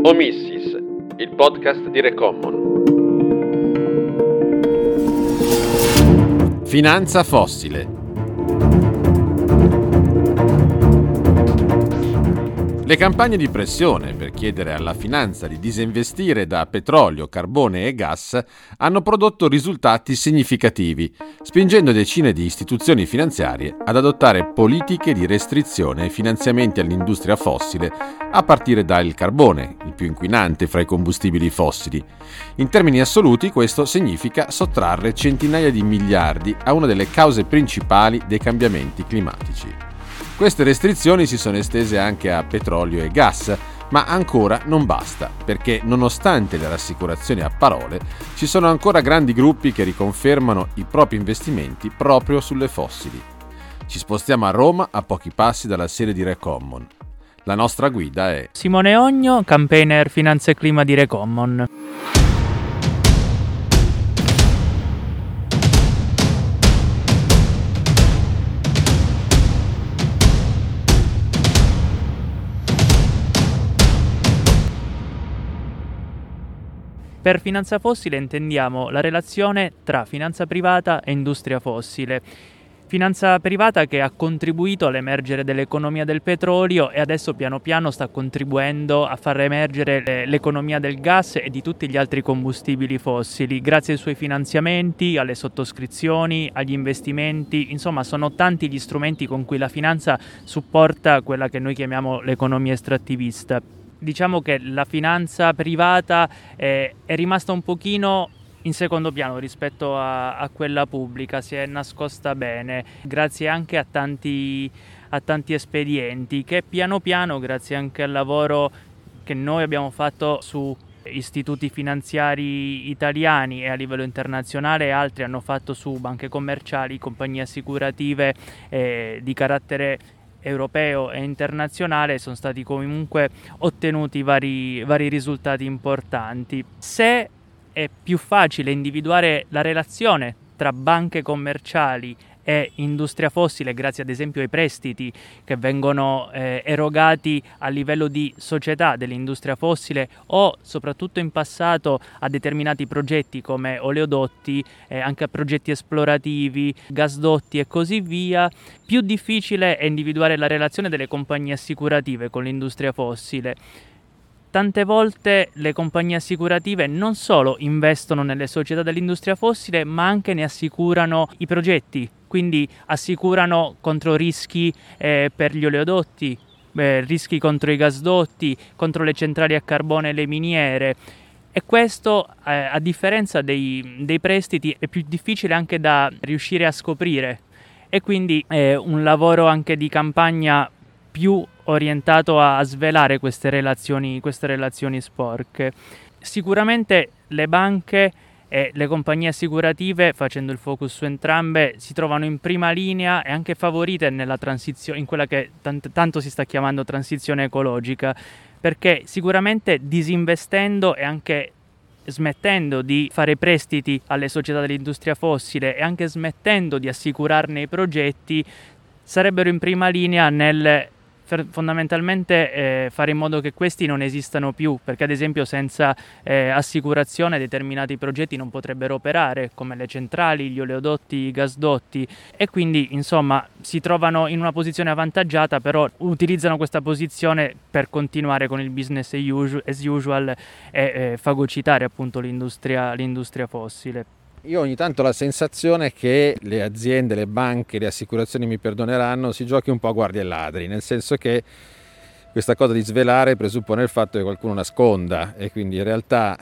Omissis, il podcast di Recommon. Finanza fossile. Le campagne di pressione per chiedere alla finanza di disinvestire da petrolio, carbone e gas hanno prodotto risultati significativi, spingendo decine di istituzioni finanziarie ad adottare politiche di restrizione ai finanziamenti all'industria fossile, a partire dal carbone, il più inquinante fra i combustibili fossili. In termini assoluti, questo significa sottrarre centinaia di miliardi a una delle cause principali dei cambiamenti climatici. Queste restrizioni si sono estese anche a petrolio e gas, ma ancora non basta, perché nonostante le rassicurazioni a parole, ci sono ancora grandi gruppi che riconfermano i propri investimenti proprio sulle fossili. Ci spostiamo a Roma, a pochi passi dalla sede di Recommon. La nostra guida è Simone Ogno, campaigner Finanza e Clima di Recommon. Per finanza fossile intendiamo la relazione tra finanza privata e industria fossile. Finanza privata che ha contribuito all'emergere dell'economia del petrolio e adesso piano piano sta contribuendo a far emergere l'economia del gas e di tutti gli altri combustibili fossili, grazie ai suoi finanziamenti, alle sottoscrizioni, agli investimenti. Insomma, sono tanti gli strumenti con cui la finanza supporta quella che noi chiamiamo l'economia estrattivista. Diciamo che la finanza privata è rimasta un pochino in secondo piano rispetto a quella pubblica, si è nascosta bene, grazie anche a tanti espedienti che piano piano, grazie anche al lavoro che noi abbiamo fatto su istituti finanziari italiani e a livello internazionale, altri hanno fatto su banche commerciali, compagnie assicurative di carattere europeo e internazionale, sono stati comunque ottenuti vari risultati importanti. Se è più facile individuare la relazione tra banche commerciali e industria fossile grazie ad esempio ai prestiti che vengono erogati a livello di società dell'industria fossile o soprattutto in passato a determinati progetti come oleodotti, anche a progetti esplorativi, gasdotti e così via, più difficile è individuare la relazione delle compagnie assicurative con l'industria fossile. Tante volte le compagnie assicurative non solo investono nelle società dell'industria fossile, ma anche ne assicurano i progetti, quindi assicurano contro rischi per gli oleodotti, rischi contro i gasdotti, contro le centrali a carbone e le miniere. E questo, a differenza dei prestiti, è più difficile anche da riuscire a scoprire. E quindi è un lavoro anche di campagna più orientato a svelare queste relazioni sporche. Sicuramente le banche e le compagnie assicurative, facendo il focus su entrambe, si trovano in prima linea e anche favorite nella transizione, in quella che tanto si sta chiamando transizione ecologica, perché sicuramente disinvestendo e anche smettendo di fare prestiti alle società dell'industria fossile e anche smettendo di assicurarne i progetti, sarebbero in prima linea nel fondamentalmente fare in modo che questi non esistano più, perché ad esempio senza assicurazione determinati progetti non potrebbero operare, come le centrali, gli oleodotti, i gasdotti, e quindi insomma si trovano in una posizione avvantaggiata, però utilizzano questa posizione per continuare con il business as usual e fagocitare appunto l'industria fossile. Io ogni tanto ho la sensazione che le aziende, le banche, le assicurazioni mi perdoneranno, si giochi un po' a guardie e ladri, nel senso che questa cosa di svelare presuppone il fatto che qualcuno nasconda e quindi in realtà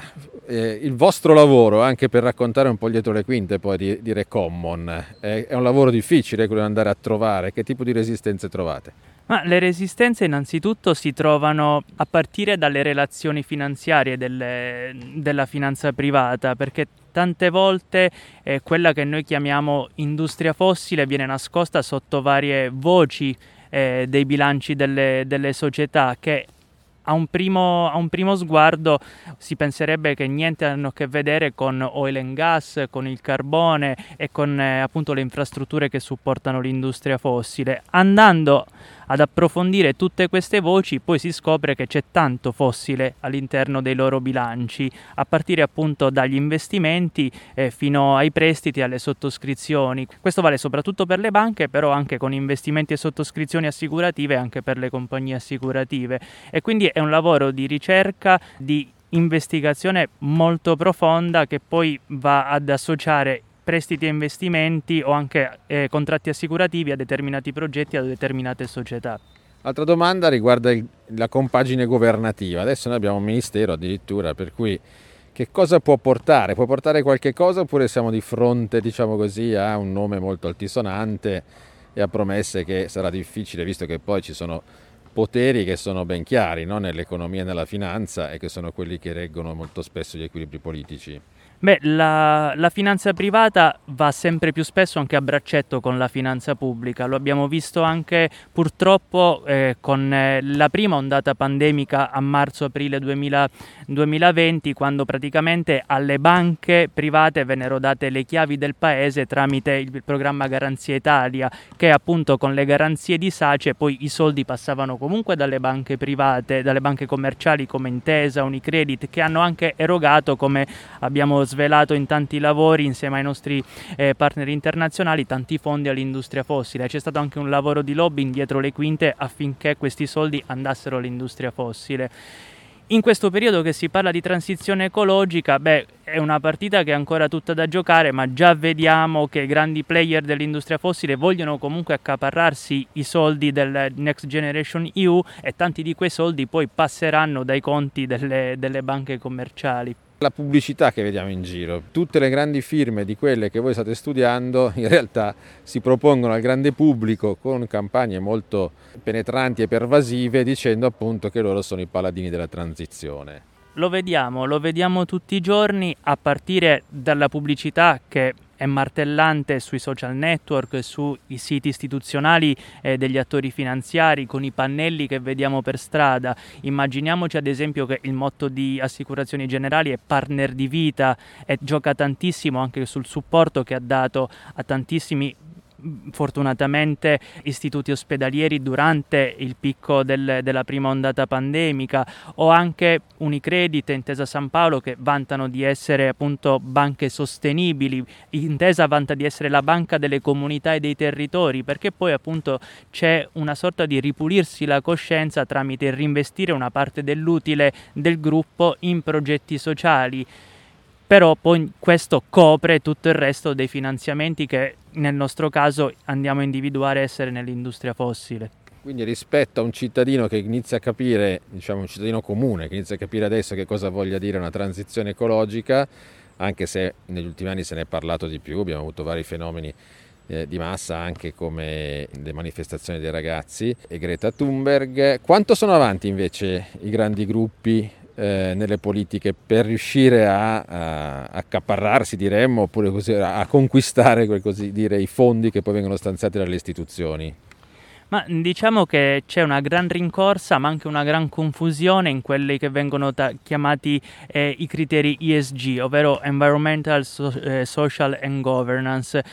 il vostro lavoro, anche per raccontare un po' dietro le quinte poi di Recommon, è un lavoro difficile quello di andare a trovare. Che tipo di resistenze trovate? Ma le resistenze innanzitutto si trovano a partire dalle relazioni finanziarie della finanza privata, perché tante volte quella che noi chiamiamo industria fossile viene nascosta sotto varie voci dei bilanci delle società che a un primo sguardo si penserebbe che niente hanno a che vedere con oil and gas, con il carbone e con appunto le infrastrutture che supportano l'industria fossile. Andando ad approfondire tutte queste voci, poi si scopre che c'è tanto fossile all'interno dei loro bilanci, a partire appunto dagli investimenti fino ai prestiti e alle sottoscrizioni. Questo vale soprattutto per le banche, però anche con investimenti e sottoscrizioni assicurative anche per le compagnie assicurative, e quindi è un lavoro di ricerca, di investigazione molto profonda che poi va ad associare prestiti e investimenti o anche contratti assicurativi a determinati progetti, a determinate società. Altra domanda riguarda la compagine governativa. Adesso noi abbiamo un ministero addirittura, per cui che cosa può portare? Può portare qualche cosa oppure siamo di fronte, diciamo così, a un nome molto altisonante e a promesse che sarà difficile, visto che poi ci sono poteri che sono ben chiari, no? Nell'economia e nella finanza, e che sono quelli che reggono molto spesso gli equilibri politici. Beh, la finanza privata va sempre più spesso anche a braccetto con la finanza pubblica. Lo abbiamo visto anche purtroppo con la prima ondata pandemica a marzo-aprile 2020, quando praticamente alle banche private vennero date le chiavi del paese tramite il programma Garanzia Italia, che appunto con le garanzie di SACE poi i soldi passavano comunque dalle banche private, dalle banche commerciali come Intesa, Unicredit, che hanno anche erogato, come abbiamo svelato in tanti lavori insieme ai nostri partner internazionali, tanti fondi all'industria fossile. C'è stato anche un lavoro di lobbying dietro le quinte affinché questi soldi andassero all'industria fossile. In questo periodo che si parla di transizione ecologica, è una partita che è ancora tutta da giocare, ma già vediamo che i grandi player dell'industria fossile vogliono comunque accaparrarsi i soldi del Next Generation EU, e tanti di quei soldi poi passeranno dai conti delle banche commerciali. La pubblicità che vediamo in giro, tutte le grandi firme di quelle che voi state studiando in realtà si propongono al grande pubblico con campagne molto penetranti e pervasive, dicendo appunto che loro sono i paladini della transizione. Lo vediamo tutti i giorni, a partire dalla pubblicità che è martellante sui social network, sui siti istituzionali degli attori finanziari, con i pannelli che vediamo per strada. Immaginiamoci ad esempio che il motto di Assicurazioni Generali è partner di vita, e gioca tantissimo anche sul supporto che ha dato a tantissimi, fortunatamente, istituti ospedalieri durante il picco della prima ondata pandemica, o anche Unicredit e Intesa San Paolo, che vantano di essere appunto banche sostenibili. Intesa vanta di essere la banca delle comunità e dei territori, perché poi appunto c'è una sorta di ripulirsi la coscienza tramite il reinvestire una parte dell'utile del gruppo in progetti sociali. Però poi questo copre tutto il resto dei finanziamenti che nel nostro caso andiamo a individuare essere nell'industria fossile. Quindi rispetto a un cittadino che inizia a capire, diciamo un cittadino comune, che inizia a capire adesso che cosa voglia dire una transizione ecologica, anche se negli ultimi anni se ne è parlato di più, abbiamo avuto vari fenomeni di massa, anche come le manifestazioni dei ragazzi e Greta Thunberg. Quanto sono avanti invece i grandi gruppi nelle politiche per riuscire a accaparrarsi, diremmo, oppure così, a conquistare così dire, i fondi che poi vengono stanziati dalle istituzioni? Ma diciamo che c'è una gran rincorsa, ma anche una gran confusione in quelli che vengono chiamati i criteri ESG, ovvero Environmental, Social and Governance.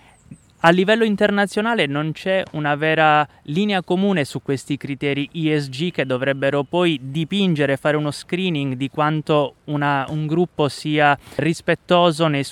A livello internazionale non c'è una vera linea comune su questi criteri ESG, che dovrebbero poi dipingere, fare uno screening di quanto un gruppo sia rispettoso nel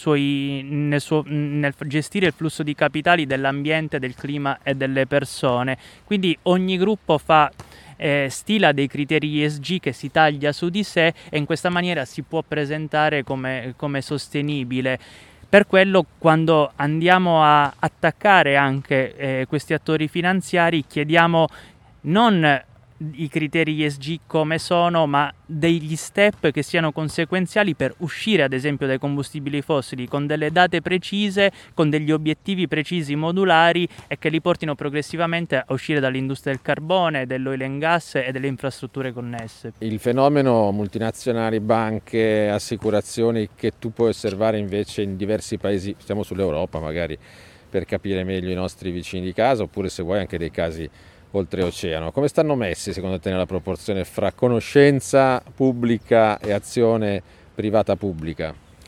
gestire il flusso di capitali, dell'ambiente, del clima e delle persone. Quindi ogni gruppo stila dei criteri ESG che si taglia su di sé, e in questa maniera si può presentare come sostenibile. Per quello, quando andiamo a attaccare anche questi attori finanziari, chiediamo non i criteri ESG come sono, ma degli step che siano conseguenziali per uscire ad esempio dai combustibili fossili, con delle date precise, con degli obiettivi precisi modulari, e che li portino progressivamente a uscire dall'industria del carbone, dell'oil and gas e delle infrastrutture connesse. Il fenomeno multinazionali, banche, assicurazioni, che tu puoi osservare invece in diversi paesi, stiamo sull'Europa magari per capire meglio i nostri vicini di casa, oppure se vuoi anche dei casi oltreoceano, come stanno messi secondo te nella proporzione fra conoscenza pubblica e azione privata pubblica?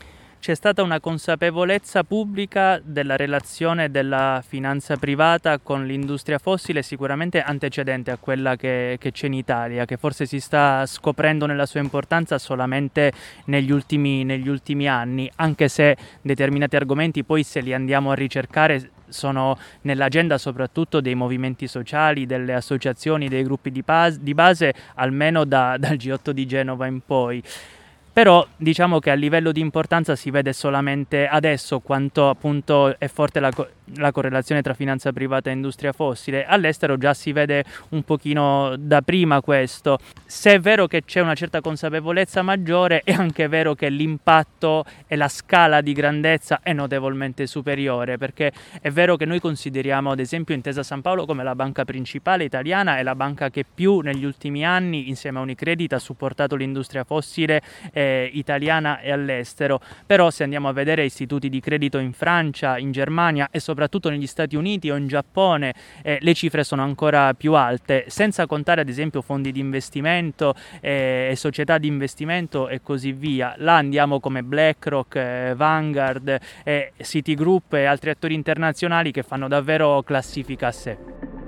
c'è stata una consapevolezza pubblica della relazione della finanza privata con l'industria fossile sicuramente antecedente a quella che c'è in Italia, che forse si sta scoprendo nella sua importanza solamente negli ultimi anni, anche se determinati argomenti poi, se li andiamo a ricercare, sono nell'agenda soprattutto dei movimenti sociali, delle associazioni, dei gruppi di base, almeno dal G8 di Genova in poi. Però diciamo che a livello di importanza si vede solamente adesso quanto appunto è forte la correlazione tra finanza privata e industria fossile. All'estero già si vede un pochino da prima questo. Se è vero che c'è una certa consapevolezza maggiore, è anche vero che l'impatto e la scala di grandezza è notevolmente superiore, perché è vero che noi consideriamo ad esempio Intesa Sanpaolo come la banca principale italiana e la banca che più negli ultimi anni insieme a Unicredit ha supportato l'industria fossile italiana e all'estero, però se andiamo a vedere istituti di credito in Francia, in Germania e soprattutto negli Stati Uniti o in Giappone, le cifre sono ancora più alte, senza contare ad esempio fondi di investimento e società di investimento e così via. Là andiamo come BlackRock, Vanguard, Citigroup e altri attori internazionali che fanno davvero classifica a sé.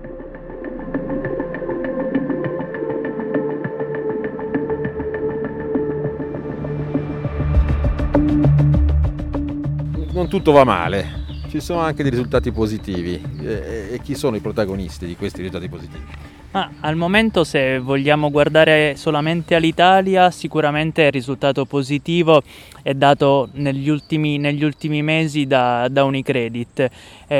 Non tutto va male, ci sono anche dei risultati positivi. E chi sono i protagonisti di questi risultati positivi? Al momento, se vogliamo guardare solamente all'Italia, sicuramente il risultato positivo è dato negli ultimi mesi da Unicredit.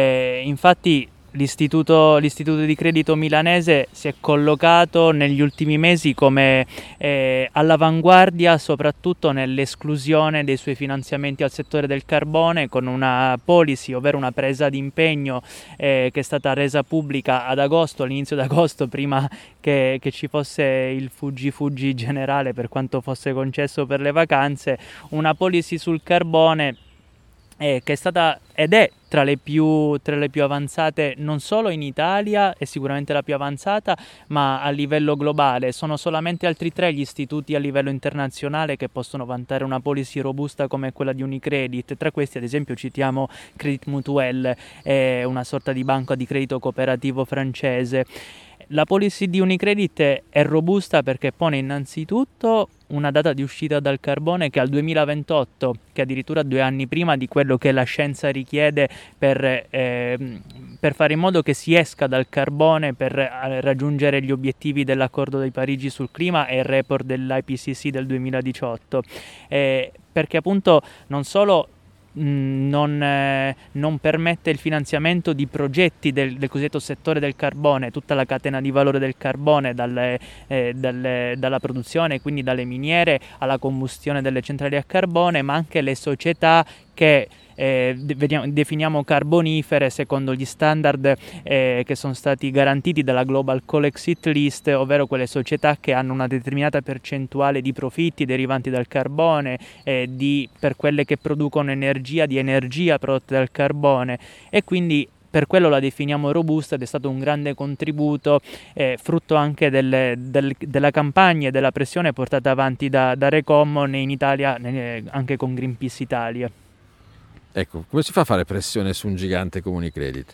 Infatti l'istituto di credito milanese si è collocato negli ultimi mesi come all'avanguardia, soprattutto nell'esclusione dei suoi finanziamenti al settore del carbone, con una policy, ovvero una presa di impegno che è stata resa pubblica all'inizio d'agosto, prima che ci fosse il fuggi generale, per quanto fosse concesso per le vacanze, una policy sul carbone che è stata ed è tra le più avanzate non solo in Italia, è sicuramente la più avanzata, ma a livello globale. Sono solamente altri 3 gli istituti a livello internazionale che possono vantare una policy robusta come quella di Unicredit. Tra questi ad esempio citiamo Crédit Mutuel, una sorta di banca di credito cooperativo francese. La policy di Unicredit è robusta perché pone innanzitutto una data di uscita dal carbone che è al 2028, che è addirittura 2 anni prima di quello che la scienza richiede per fare in modo che si esca dal carbone per raggiungere gli obiettivi dell'accordo di Parigi sul clima e il report dell'IPCC del 2018, perché appunto non solo non permette il finanziamento di progetti del cosiddetto settore del carbone, tutta la catena di valore del carbone, dalla produzione, quindi dalle miniere alla combustione delle centrali a carbone, ma anche le società che definiamo carbonifere secondo gli standard che sono stati garantiti dalla Global Coal Exit List, ovvero quelle società che hanno una determinata percentuale di profitti derivanti dal carbone, per quelle che producono di energia prodotta dal carbone, e quindi per quello la definiamo robusta ed è stato un grande contributo, frutto anche della campagna e della pressione portata avanti da Recommon in Italia, anche con Greenpeace Italia. Ecco, come si fa a fare pressione su un gigante come Unicredit?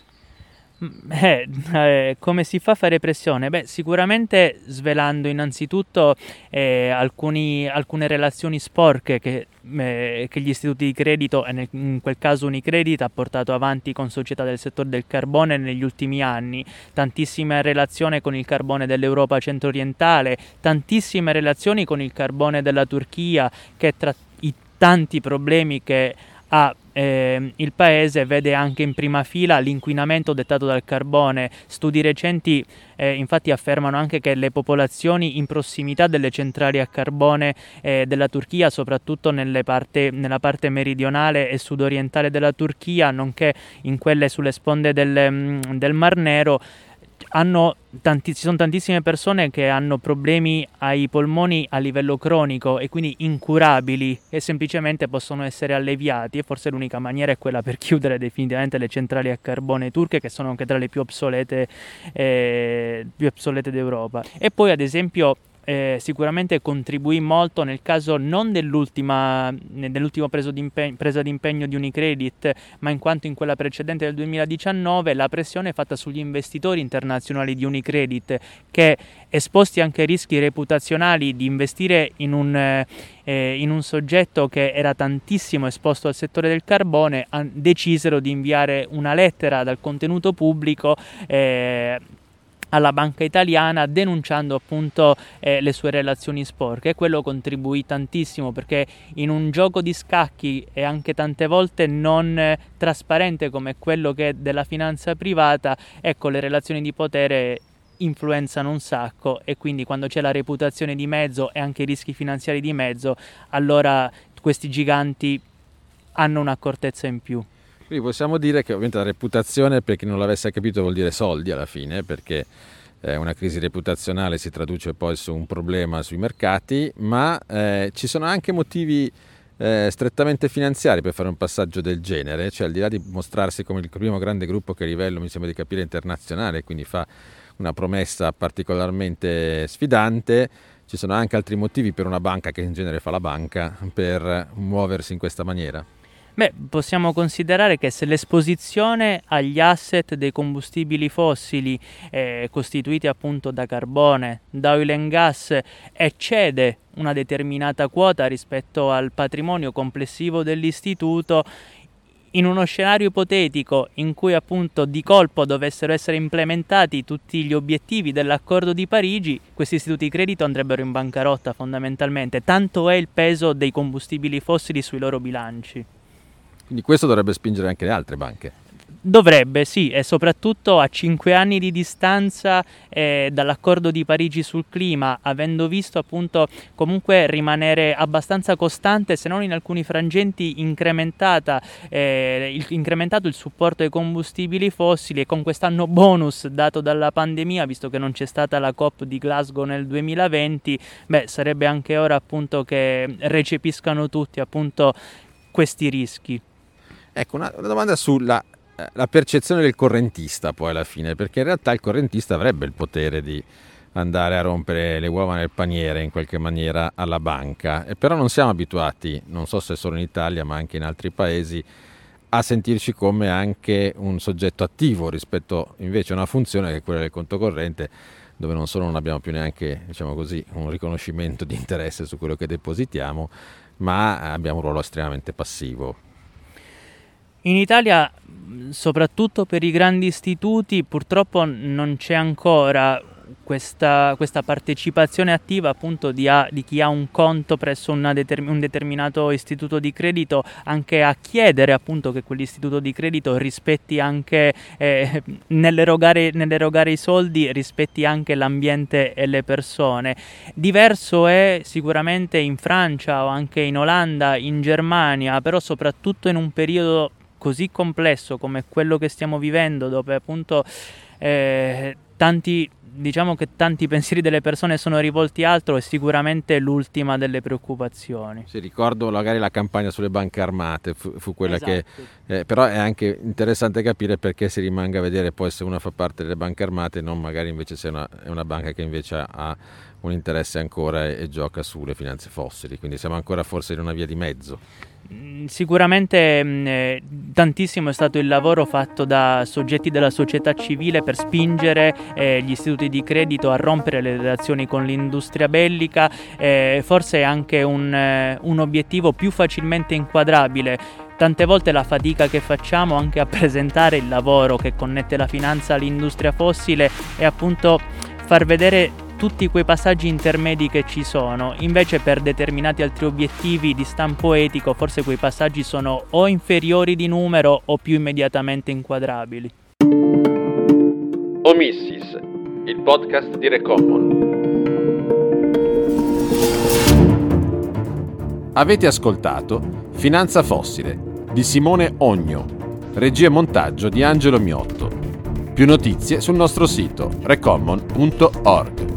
Come si fa a fare pressione? Sicuramente svelando innanzitutto alcune relazioni sporche che gli istituti di credito, e in quel caso Unicredit, ha portato avanti con società del settore del carbone negli ultimi anni. Tantissime relazioni con il carbone dell'Europa centro-orientale, tantissime relazioni con il carbone della Turchia, che tra i tanti problemi che ha il paese vede anche in prima fila l'inquinamento dettato dal carbone. Studi recenti infatti affermano anche che le popolazioni in prossimità delle centrali a carbone della Turchia, soprattutto nella parte meridionale e sudorientale della Turchia, nonché in quelle sulle sponde del Mar Nero, ci sono tantissime persone che hanno problemi ai polmoni a livello cronico e quindi incurabili, e semplicemente possono essere alleviati, e forse l'unica maniera è quella per chiudere definitivamente le centrali a carbone turche, che sono anche tra le più obsolete d'Europa. E poi ad esempio sicuramente contribuì molto nel caso non dell'ultima presa d'impegno di Unicredit, ma in quanto in quella precedente del 2019 la pressione fatta sugli investitori internazionali di Unicredit, che esposti anche ai rischi reputazionali di investire in un soggetto che era tantissimo esposto al settore del carbone, decisero di inviare una lettera dal contenuto pubblico alla banca italiana denunciando appunto le sue relazioni sporche, e quello contribuì tantissimo, perché in un gioco di scacchi e anche tante volte non trasparente come quello che è della finanza privata, ecco, le relazioni di potere influenzano un sacco, e quindi quando c'è la reputazione di mezzo e anche i rischi finanziari di mezzo, allora questi giganti hanno un'accortezza in più. Quindi possiamo dire che ovviamente la reputazione, per chi non l'avesse capito, vuol dire soldi alla fine, perché una crisi reputazionale si traduce poi su un problema sui mercati, ma ci sono anche motivi strettamente finanziari per fare un passaggio del genere, cioè al di là di mostrarsi come il primo grande gruppo che a livello, mi sembra di capire, internazionale, quindi fa una promessa particolarmente sfidante, ci sono anche altri motivi per una banca, che in genere fa la banca, per muoversi in questa maniera. Beh, possiamo considerare che se l'esposizione agli asset dei combustibili fossili costituiti appunto da carbone, da oil and gas, eccede una determinata quota rispetto al patrimonio complessivo dell'istituto, in uno scenario ipotetico in cui appunto di colpo dovessero essere implementati tutti gli obiettivi dell'accordo di Parigi, questi istituti di credito andrebbero in bancarotta fondamentalmente, tanto è il peso dei combustibili fossili sui loro bilanci. Quindi questo dovrebbe spingere anche le altre banche. Dovrebbe, sì, e soprattutto a 5 anni di distanza dall'accordo di Parigi sul clima, avendo visto appunto comunque rimanere abbastanza costante, se non in alcuni frangenti incrementato il supporto ai combustibili fossili, e con quest'anno bonus dato dalla pandemia, visto che non c'è stata la COP di Glasgow nel 2020, sarebbe anche ora appunto che recepiscano tutti appunto questi rischi. Ecco, una domanda sulla percezione del correntista poi alla fine, perché in realtà il correntista avrebbe il potere di andare a rompere le uova nel paniere in qualche maniera alla banca, e però non siamo abituati, non so se solo in Italia ma anche in altri paesi, a sentirci come anche un soggetto attivo rispetto invece a una funzione che è quella del conto corrente, dove non solo non abbiamo più neanche, diciamo così, un riconoscimento di interesse su quello che depositiamo, ma abbiamo un ruolo estremamente passivo. In Italia, soprattutto per i grandi istituti, purtroppo non c'è ancora questa partecipazione attiva appunto di chi ha un conto presso un determinato istituto di credito, anche a chiedere appunto che quell'istituto di credito rispetti anche nell'erogare i soldi, rispetti anche l'ambiente e le persone. Diverso è sicuramente in Francia o anche in Olanda, in Germania, però soprattutto in un periodo così complesso come quello che stiamo vivendo, dove appunto tanti pensieri delle persone sono rivolti altro, è sicuramente l'ultima delle preoccupazioni. Sì, ricordo magari la campagna sulle banche armate, fu quella, esatto, che però è anche interessante capire perché si rimanga a vedere poi se una fa parte delle banche armate, non magari invece se è una banca che invece ha un interesse ancora e gioca sulle finanze fossili, quindi siamo ancora forse in una via di mezzo. Sicuramente tantissimo è stato il lavoro fatto da soggetti della società civile per spingere gli istituti di credito a rompere le relazioni con l'industria bellica, forse è anche un obiettivo più facilmente inquadrabile. Tante volte la fatica che facciamo anche a presentare il lavoro che connette la finanza all'industria fossile è appunto far vedere tutti quei passaggi intermedi che ci sono. Invece per determinati altri obiettivi di stampo etico forse quei passaggi sono o inferiori di numero o più immediatamente inquadrabili. Omissis, il podcast di Recommon. Avete ascoltato Finanza Fossile di Simone Ogno, regia e montaggio di Angelo Miotto. Più notizie sul nostro sito recommon.org.